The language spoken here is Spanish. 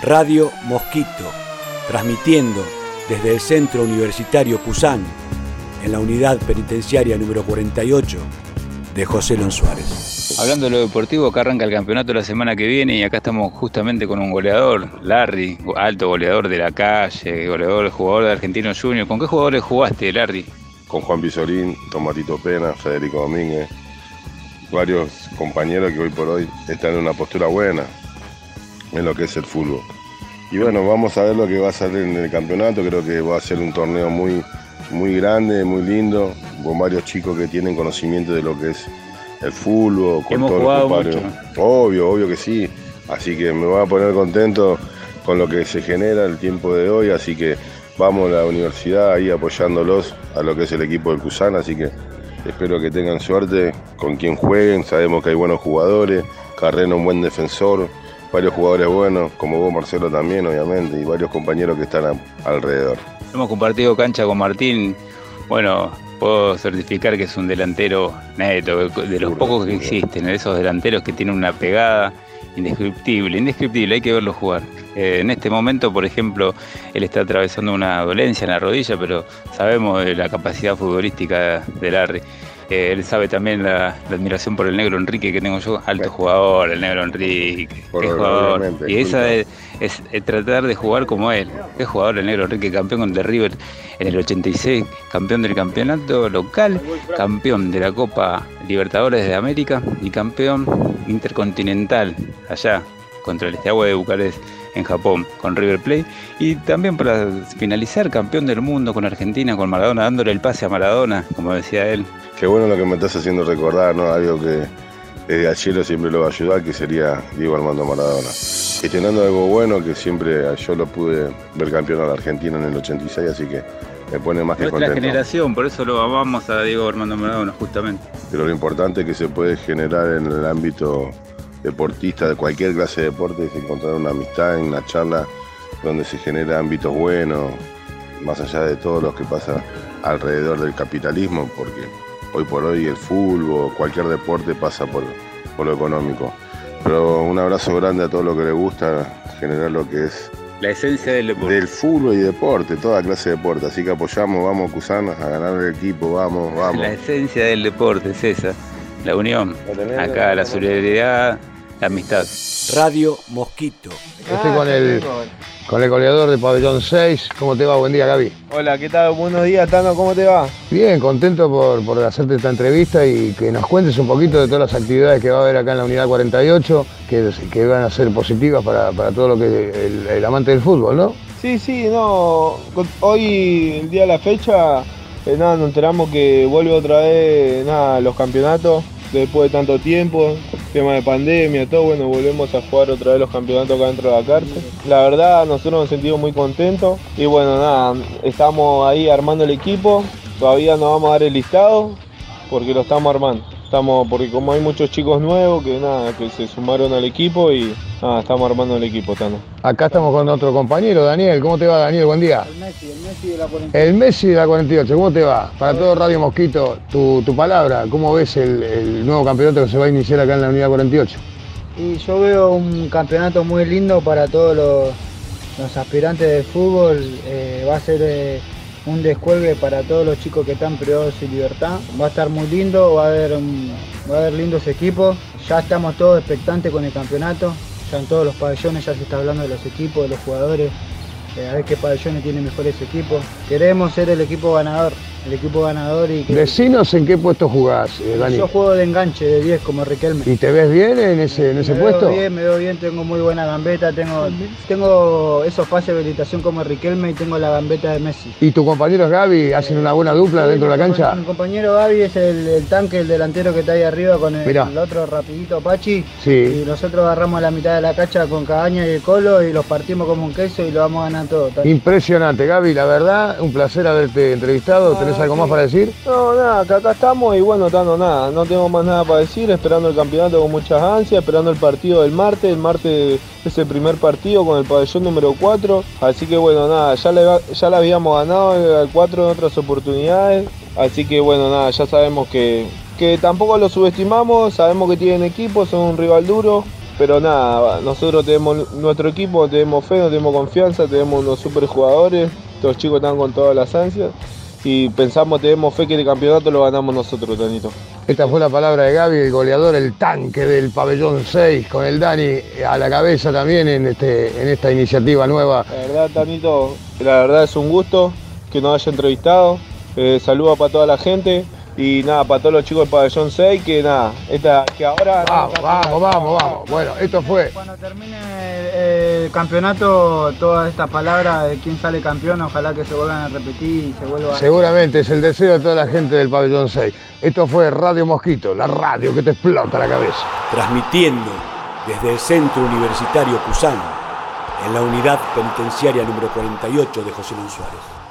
Radio Mosquito, transmitiendo desde el Centro Universitario Cusán, en la unidad penitenciaria número 48 de José Lon Suárez. Hablando de lo deportivo, acá arranca el campeonato la semana que viene y acá estamos justamente con un goleador, Larry, alto goleador de la calle, jugador de Argentinos Juniors. ¿Con qué jugadores jugaste, Larry? Con Juan Pizorín, Tomatito Pena, Federico Domínguez, varios compañeros que hoy por hoy están en una postura buena en lo que es el fútbol. Y bueno, vamos a ver lo que va a salir en el campeonato. Creo que va a ser un torneo muy grande, muy lindo, con varios chicos que tienen conocimiento de lo que es el fútbol, con hemos todos jugado los compañeros. Obvio que sí. Así que me voy a poner contento con lo que se genera el tiempo de hoy. Así que vamos a la universidad ahí apoyándolos a lo que es el equipo del Cusán. Así que espero que tengan suerte con quien jueguen. Sabemos que hay buenos jugadores. Carreno, un buen defensor. Varios jugadores buenos, como vos, Marcelo, también, obviamente, y varios compañeros que están alrededor. Hemos compartido cancha con Martín. Bueno, puedo certificar que es un delantero neto, de los pocos que existen, de esos delanteros que tienen una pegada indescriptible, hay que verlo jugar. En este momento, por ejemplo, él está atravesando una dolencia en la rodilla, pero sabemos de la capacidad futbolística de Larry. Él sabe también la admiración por el negro Enrique que tengo yo, alto jugador, el negro Enrique, qué jugador. Y esa es tratar de jugar como él. Qué jugador el negro Enrique, campeón con The River en el 86, campeón del campeonato local, campeón de la Copa Libertadores de América y campeón intercontinental allá contra el Steaua de Bucarest en Japón con River Plate, y también para finalizar campeón del mundo con Argentina, con Maradona, dándole el pase a Maradona, como decía él. Qué bueno lo que me estás haciendo recordar, ¿no? Algo que desde Achelo siempre lo va a ayudar, que sería Diego Armando Maradona. Gestionando algo bueno que siempre yo lo pude ver campeón a la Argentina en el 86, así que me pone más que contento. Nuestra generación, por eso lo amamos a Diego Armando Maradona, justamente. Pero lo importante que se puede generar en el ámbito deportista de cualquier clase de deporte es encontrar una amistad, en una charla donde se genera ámbitos buenos, más allá de todo lo que pasa alrededor del capitalismo, porque hoy por hoy el fútbol, cualquier deporte pasa por lo económico. Pero un abrazo grande a todo lo que les gusta generar lo que es la esencia del deporte. Del fútbol y deporte, toda clase de deporte. Así que apoyamos, vamos Cusán a ganar el equipo, vamos. La esencia del deporte es esa, la unión, acá la solidaridad, la amistad. Radio Mosquito. Estoy con el goleador de Pabellón 6. ¿Cómo te va? Buen día, Gaby. Hola, ¿qué tal? Buenos días, Tano, ¿cómo te va? Bien, contento por hacerte esta entrevista y que nos cuentes un poquito de todas las actividades que va a haber acá en la unidad 48, que van a ser positivas para todo lo que el amante del fútbol, ¿no? Sí, no. Hoy, el día de la fecha, nos enteramos que vuelve otra vez los campeonatos. Después de tanto tiempo, tema de pandemia, todo, bueno, volvemos a jugar otra vez los campeonatos acá dentro de la cárcel. La verdad, nosotros nos sentimos muy contentos y bueno, estamos ahí armando el equipo. Todavía no vamos a dar el listado porque lo estamos armando. Porque como hay muchos chicos nuevos que se sumaron al equipo y estamos armando el equipo, Tano. Acá estamos con otro compañero, Daniel. ¿Cómo te va, Daniel? Buen día. El Messi de la 48. El Messi de la 48, ¿cómo te va? Para todo Radio Mosquito, tu palabra, ¿cómo ves el nuevo campeonato que se va a iniciar acá en la unidad 48? Y yo veo un campeonato muy lindo para todos los aspirantes de fútbol. Va a ser un descuelgue para todos los chicos que están privados de libertad. Va a estar muy lindo, va a haber lindos equipos. Ya estamos todos expectantes con el campeonato. Ya en todos los pabellones ya se está hablando de los equipos, de los jugadores, a ver qué pabellones tienen mejores equipos. Queremos ser el equipo ganador y que... Decinos en qué puesto jugás, Dani. Yo juego de enganche, de 10 como Riquelme. ¿Y te ves bien en ese puesto? Me veo bien, tengo muy buena gambeta, tengo esos pases de habilitación como Riquelme y tengo la gambeta de Messi. ¿Y tu compañero Gaby hacen una buena dupla dentro de la cancha? Mi compañero Gaby es el tanque, el delantero que está ahí arriba con el otro rapidito Pachi. Sí. Y nosotros agarramos la mitad de la cancha con Cabaña y el Colo y los partimos como un queso y lo vamos a ganar todo. Impresionante, Gaby, la verdad, un placer haberte entrevistado. ¿Tenés algo más para decir? No, que acá estamos y bueno, Tano, no tengo más nada para decir, esperando el campeonato con muchas ansias, esperando el partido del martes. El martes es el primer partido con el pabellón número 4, así que bueno, ya le habíamos ganado al 4 en otras oportunidades, así que bueno, ya sabemos que tampoco lo subestimamos, sabemos que tienen equipo, son un rival duro, pero nada, nosotros tenemos nuestro equipo, tenemos fe, no tenemos confianza, tenemos unos super jugadores, los chicos están con todas las ansias y tenemos fe que el campeonato lo ganamos nosotros, Tanito. Esta fue la palabra de Gaby, el goleador, el tanque del pabellón 6, con el Dani a la cabeza también en esta iniciativa nueva. La verdad, Tanito, la verdad es un gusto que nos haya entrevistado. Saludos para toda la gente y nada, para todos los chicos del pabellón 6, que nada, que ahora... Vamos. Bueno, esto fue... Cuando termine el campeonato, todas estas palabras de quién sale campeón, ojalá que se vuelvan a repetir y se vuelva... Seguramente es el deseo de toda la gente del pabellón 6. Esto fue Radio Mosquito, la radio que te explota la cabeza. Transmitiendo desde el Centro Universitario Cusán, en la unidad penitenciaria número 48 de José Luis Suárez.